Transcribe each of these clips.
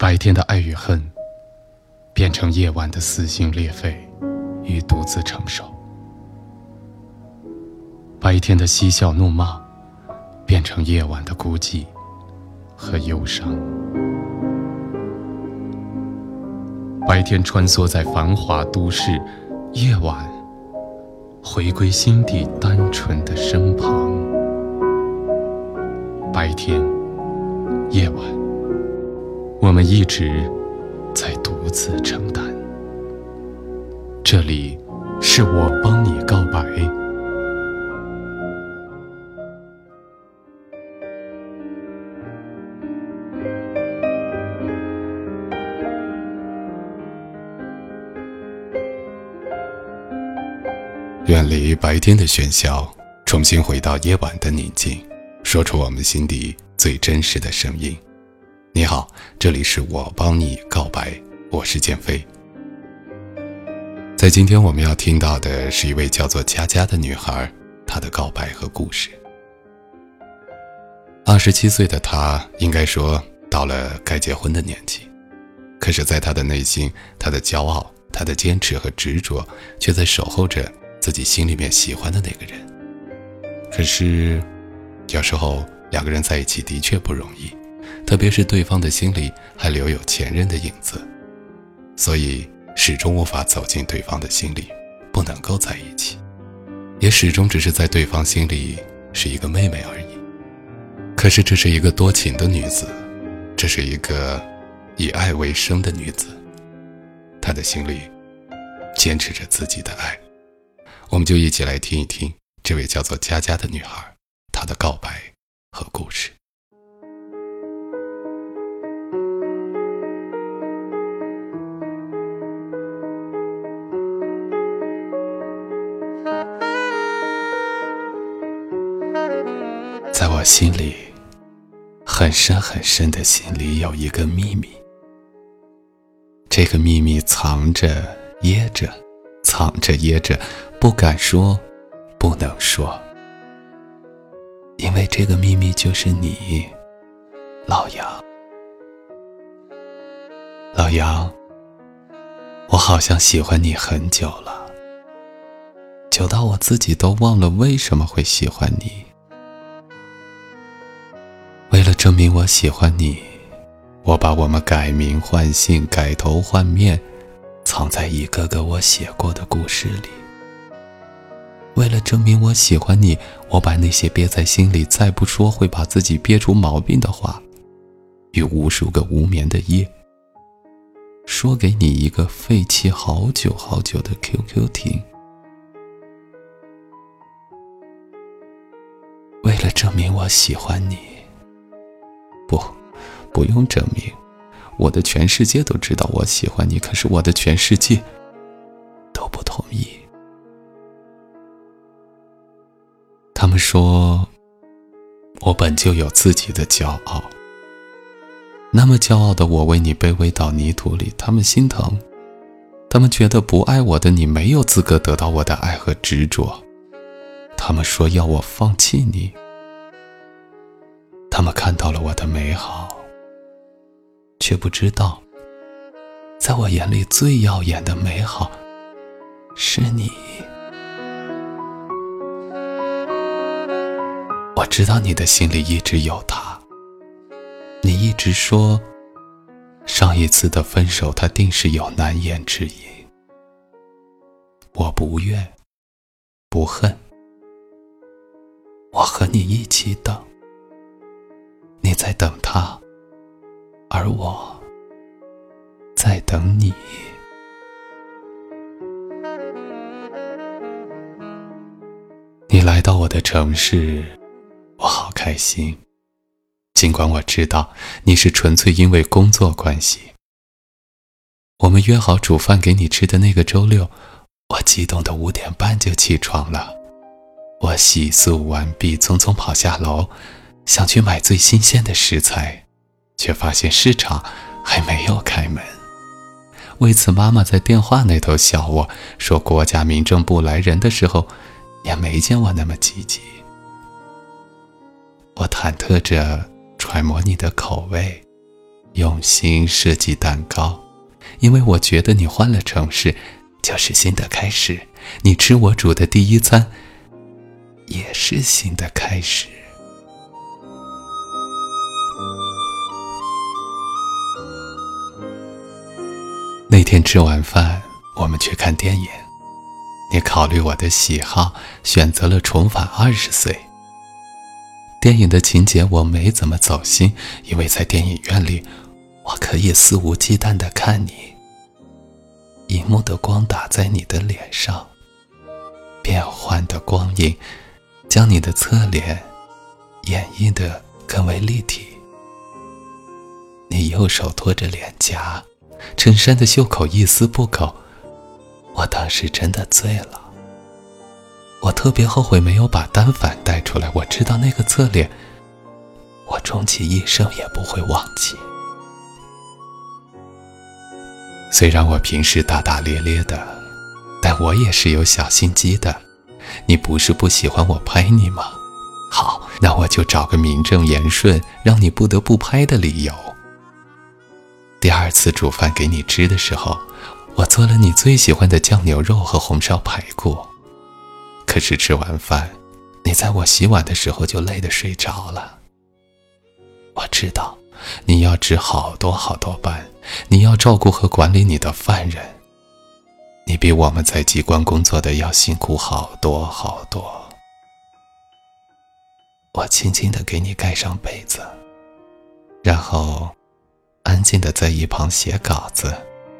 白天的爱与恨变成夜晚的撕心裂肺与独自承受，白天的嬉笑怒骂变成夜晚的孤寂和忧伤。白天穿梭在繁华都市，夜晚回归心底单纯的身旁。白天夜晚，我们一直在独自承担。这里是我帮你告白。远离白天的喧嚣，重新回到夜晚的宁静，说出我们心底最真实的声音。你好，这里是我帮你告白，我是建飞。在今天我们要听到的是一位叫做佳佳的女孩，她的告白和故事。27岁的她应该说到了该结婚的年纪，可是在她的内心，她的骄傲，她的坚持和执着，却在守候着自己心里面喜欢的那个人。可是有时候两个人在一起的确不容易，特别是对方的心里还留有前任的影子，所以始终无法走进对方的心里，不能够在一起，也始终只是在对方心里是一个妹妹而已。可是这是一个多情的女子，这是一个以爱为生的女子，她的心里坚持着自己的爱。我们就一起来听一听这位叫做佳佳的女孩，她的告白和故事。在我心里，很深很深的心里有一个秘密，这个秘密藏着掖着，藏着掖着，不敢说，不能说，因为这个秘密就是你，老杨。老杨，我好像喜欢你很久了，久到我自己都忘了为什么会喜欢你。为了证明我喜欢你，我把我们改名换姓，改头换面，藏在一个个我写过的故事里。为了证明我喜欢你，我把那些憋在心里再不说会把自己憋出毛病的话，与无数个无眠的夜，说给你一个废弃好久好久的 QQ 听。为了证明我喜欢你，不用证明，我的全世界都知道我喜欢你，可是我的全世界都不同意。他们说我本就有自己的骄傲，那么骄傲的我为你卑微到泥土里，他们心疼，他们觉得不爱我的你没有资格得到我的爱和执着，他们说要我放弃你，他们看到了我的美好，却不知道在我眼里最耀眼的美好是你。我知道你的心里一直有他，你一直说上一次的分手他定是有难言之隐。我不怨不恨，我和你一起等，你在等他，而我在等你。你来到我的城市，我好开心，尽管我知道你是纯粹因为工作关系。我们约好煮饭给你吃的那个周六，我激动的5点半就起床了。我洗漱完毕，匆匆跑下楼，想去买最新鲜的食材，却发现市场还没有开门。为此妈妈在电话那头笑我，说国家民政部来人的时候也没见我那么积极。我忐忑着揣摩你的口味， 用心设计蛋糕，因为我觉得你换了城市就是新的开始，你吃我煮的第一餐也是新的开始。那天吃完饭，我们去看电影，你考虑我的喜好，选择了重返20岁。电影的情节我没怎么走心，因为在电影院里，我可以肆无忌惮地看你。荧幕的光打在你的脸上，变幻的光影将你的侧脸演绎得更为立体。你右手托着脸颊，衬衫的袖口一丝不苟，我当时真的醉了。我特别后悔没有把单反带出来，我知道那个侧脸，我终其一生也不会忘记。虽然我平时大大咧咧的，但我也是有小心机的。你不是不喜欢我拍你吗？好，那我就找个名正言顺让你不得不拍的理由。第2次煮饭给你吃的时候，我做了你最喜欢的酱牛肉和红烧排骨。可是吃完饭，你在我洗碗的时候就累得睡着了。我知道你要值好多好多班，你要照顾和管理你的犯人，你比我们在机关工作的要辛苦好多好多。我轻轻地给你盖上被子，然后安静地在一旁写稿子。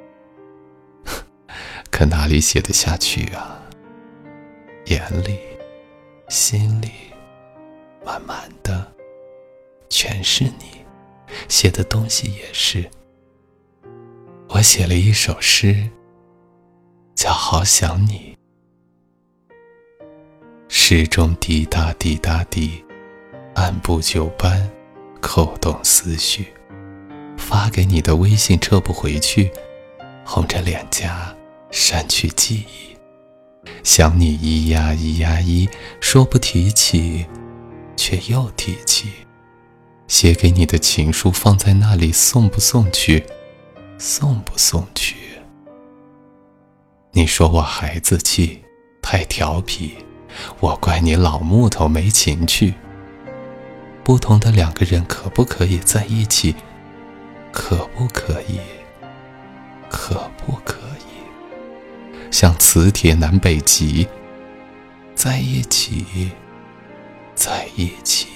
可哪里写得下去啊？眼里心里满满的全是你，写的东西也是。我写了一首诗，叫《好想你》。诗中滴答滴答滴，按部就班，扣动思绪。发给你的微信撤不回去，红着脸颊删去记忆。想你咿呀咿呀咿，说不提起，却又提起。写给你的情书放在那里，送不送去？送不送去？你说我孩子气，太调皮，我怪你老木头没情趣。不同的2个人可不可以在一起？可不可以？可不可以？像磁铁南北极，在一起，在一起。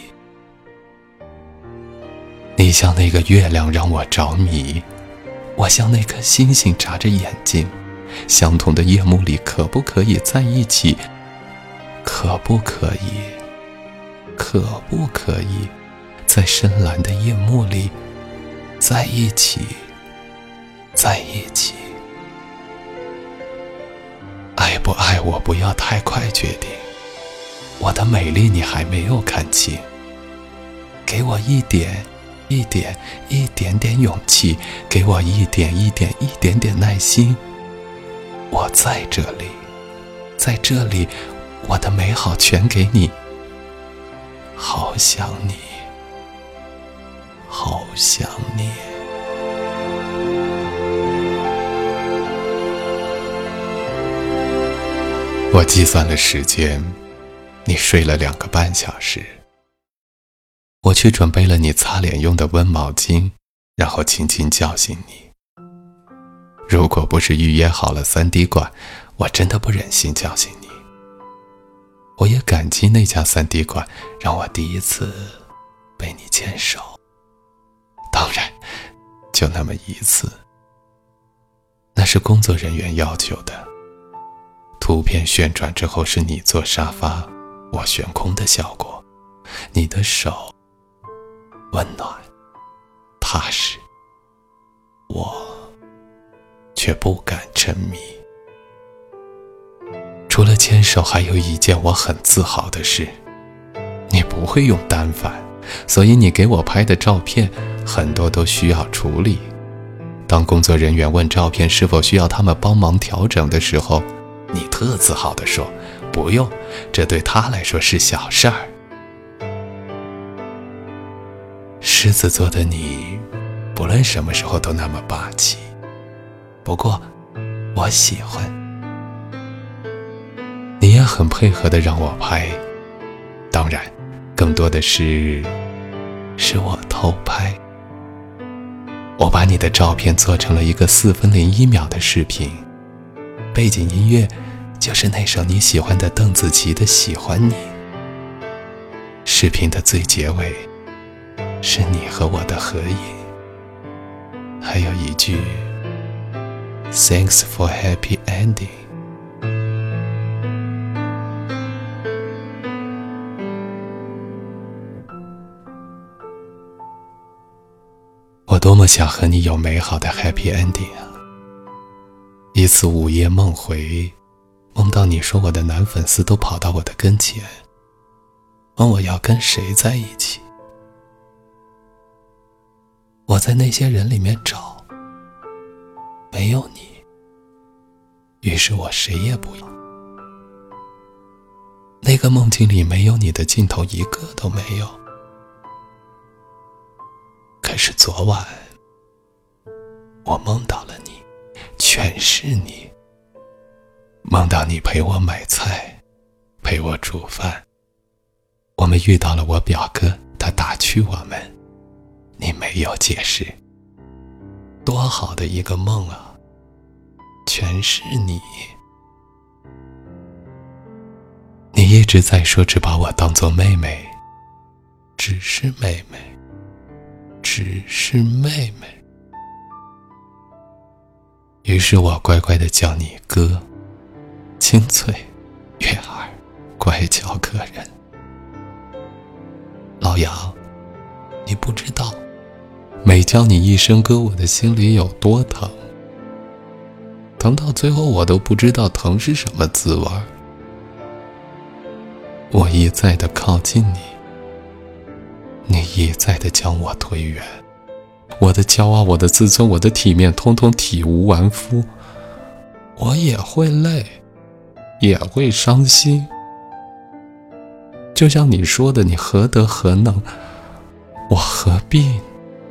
你像那个月亮让我着迷，我像那颗星星眨着眼睛。相同的夜幕里可不可以在一起？可不可以？可不可以在深蓝的夜幕里在一起，在一起。爱不爱我不要太快决定，我的美丽你还没有看清。给我一点点勇气，给我一点点耐心。我在这里，在这里，我的美好全给你。好想你，好想你。我计算了时间，你睡了2个半小时。我去准备了你擦脸用的温毛巾，然后轻轻叫醒你。如果不是预约好了3D馆，我真的不忍心叫醒你。我也感激那家3D馆，让我第一次被你牵手。当然，就那么一次。那是工作人员要求的。图片旋转之后是你坐沙发，我悬空的效果。你的手温暖踏实，我却不敢沉迷。除了牵手，还有一件我很自豪的事，你不会用单反，所以你给我拍的照片很多都需要处理。当工作人员问照片是否需要他们帮忙调整的时候，你特自豪地说，不用，这对他来说是小事儿。狮子座的你不论什么时候都那么霸气。不过我喜欢。你也很配合地让我拍，当然更多的是我偷拍。我把你的照片做成了一个4分01秒的视频，背景音乐就是那首你喜欢的邓紫棋的《喜欢你》。视频的最结尾是你和我的合影，还有一句 Thanks for happy ending。 我多么想和你有美好的 happy ending 啊！一次午夜梦回，梦到你说我的男粉丝都跑到我的跟前，问我要跟谁在一起。我在那些人里面找，没有你，于是我谁也不要。那个梦境里没有你的镜头一个都没有。可是昨晚我梦到了你，全是你。梦到你陪我买菜，陪我煮饭。我们遇到了我表哥，他打趣我们，你没有解释。多好的一个梦啊，全是你。你一直在说只把我当作妹妹，只是妹妹，只是妹妹。于是我乖乖地叫你哥，清脆悦耳，乖巧可人。老杨，你不知道，每叫你一声哥，我的心里有多疼，疼到最后我都不知道疼是什么滋味。我一再地靠近你，你一再地将我推远，我的骄傲，我的自尊，我的体面，通通体无完肤。我也会累，也会伤心。就像你说的，你何德何能，我何必？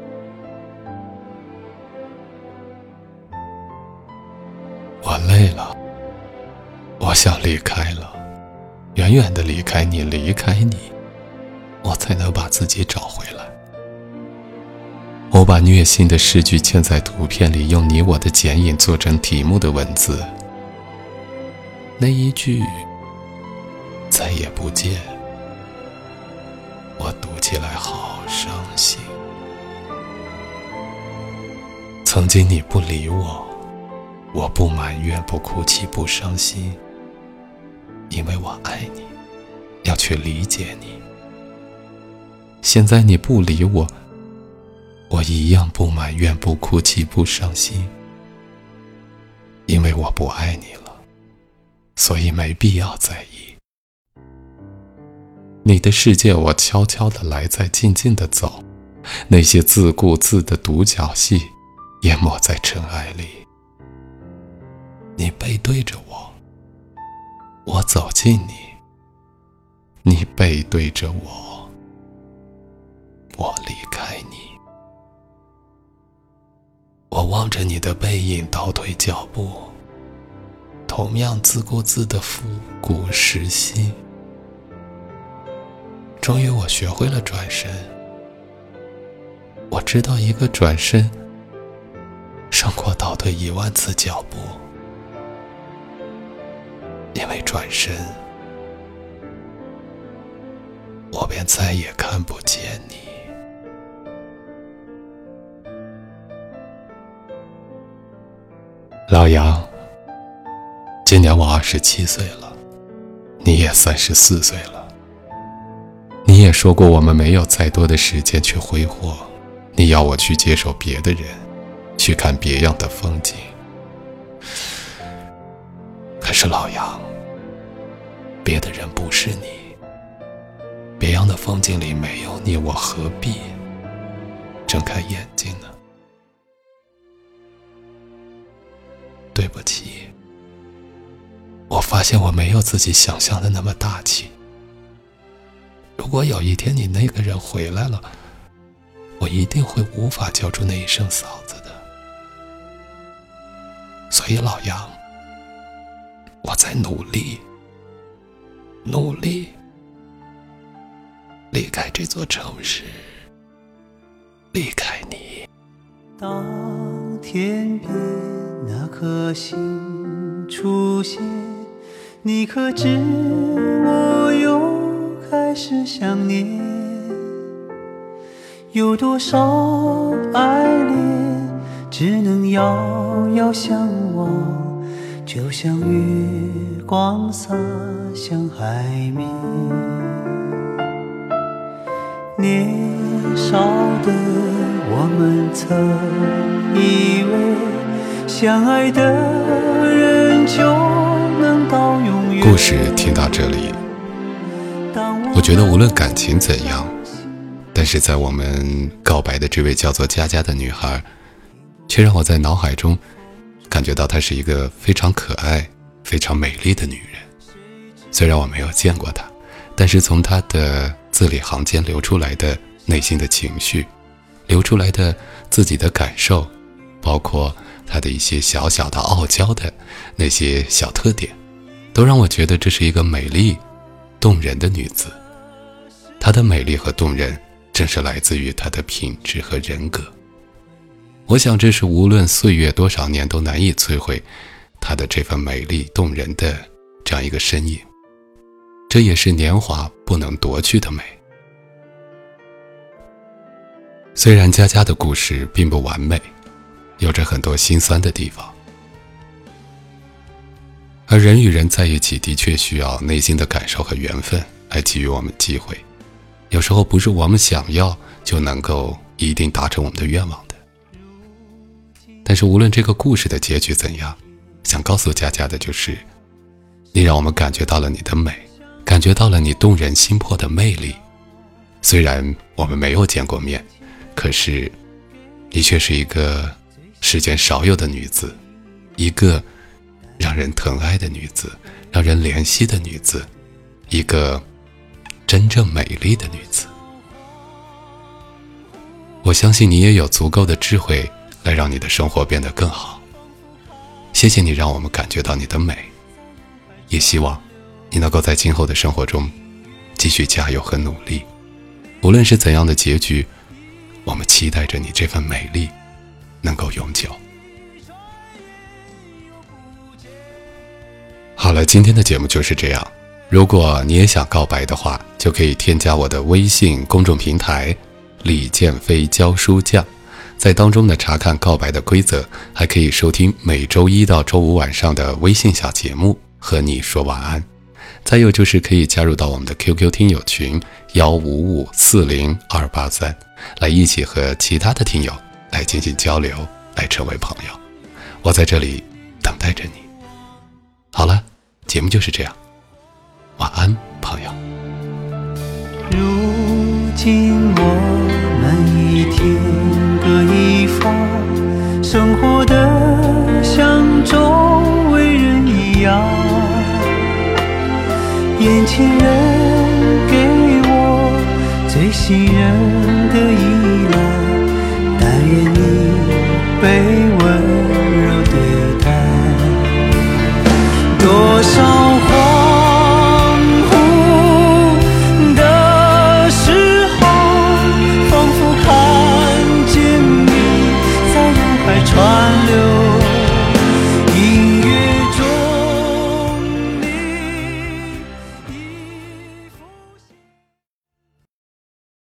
我累了，我想离开了，远远地离开你，离开你，我才能把自己找回来。我把虐心的诗句嵌在图片里，用你我的剪影做成题目的文字。那一句再也不见，我读起来好伤心。曾经你不理我，我不埋怨，不哭泣，不伤心，因为我爱你，要去理解你。现在你不理我，我一样不埋怨，不哭泣，不伤心，因为我不爱你了，所以没必要在意。你的世界我悄悄地来，再静静地走，那些自顾自的独角戏淹没在尘埃里。你背对着我，我走近你，你背对着我，我离开你。我望着你的背影倒退脚步，同样自顾自的复古时心。终于我学会了转身，我知道一个转身胜过倒退10000次脚步，因为转身我便再也看不见你。老杨，今年我27岁了，你也34岁了。你也说过我们没有再多的时间去挥霍，你要我去接受别的人，去看别样的风景。可是老杨，别的人不是你，别样的风景里没有你，我何必睁开眼睛呢？对不起，我发现我没有自己想象的那么大气。如果有一天你那个人回来了， 我一定会无法叫出那一声嫂子的。所以老杨，我在努力离开这座城市，离开你。 当天边那颗星出现，你可知我又开始想念？有多少爱恋只能遥遥相望，就像月光洒向海面。年少的我们曾以为相爱的人就能到永远。 故事听到这里，我觉得无论感情怎样，但是在我们告白的这位叫做佳佳的女孩，却让我在脑海中感觉到她是一个非常可爱非常美丽的女人。虽然我没有见过她，但是从她的字里行间流出来的内心的情绪，流出来的自己的感受，包括她的一些小小的傲娇的那些小特点，都让我觉得这是一个美丽动人的女子。她的美丽和动人正是来自于她的品质和人格。我想这是无论岁月多少年都难以摧毁她的这份美丽动人的这样一个身影，这也是年华不能夺去的美。虽然佳佳的故事并不完美，有着很多心酸的地方，而人与人在一起的确需要内心的感受和缘分来给予我们机会，有时候不是我们想要就能够一定达成我们的愿望的。但是无论这个故事的结局怎样，想告诉佳佳的就是，你让我们感觉到了你的美，感觉到了你动人心魄的魅力。虽然我们没有见过面，可是你却是一个世间少有的女子，一个让人疼爱的女子，让人怜惜的女子，一个真正美丽的女子。我相信你也有足够的智慧来让你的生活变得更好。谢谢你让我们感觉到你的美，也希望你能够在今后的生活中继续加油和努力。无论是怎样的结局，我们期待着你这份美丽能够永久。好了，今天的节目就是这样。如果你也想告白的话，就可以添加我的微信公众平台李建飞教书匠，在当中呢查看告白的规则，还可以收听每周一到周五晚上的微信小节目和你说晚安。再有就是可以加入到我们的 QQ 听友群155402883，来一起和其他的听友来进行交流，来成为朋友。我在这里等待着你。好了，节目就是这样，晚安朋友。 如今我们一天各一方，生活的像周围人一样，眼前人给我最信任的依赖，但愿你被我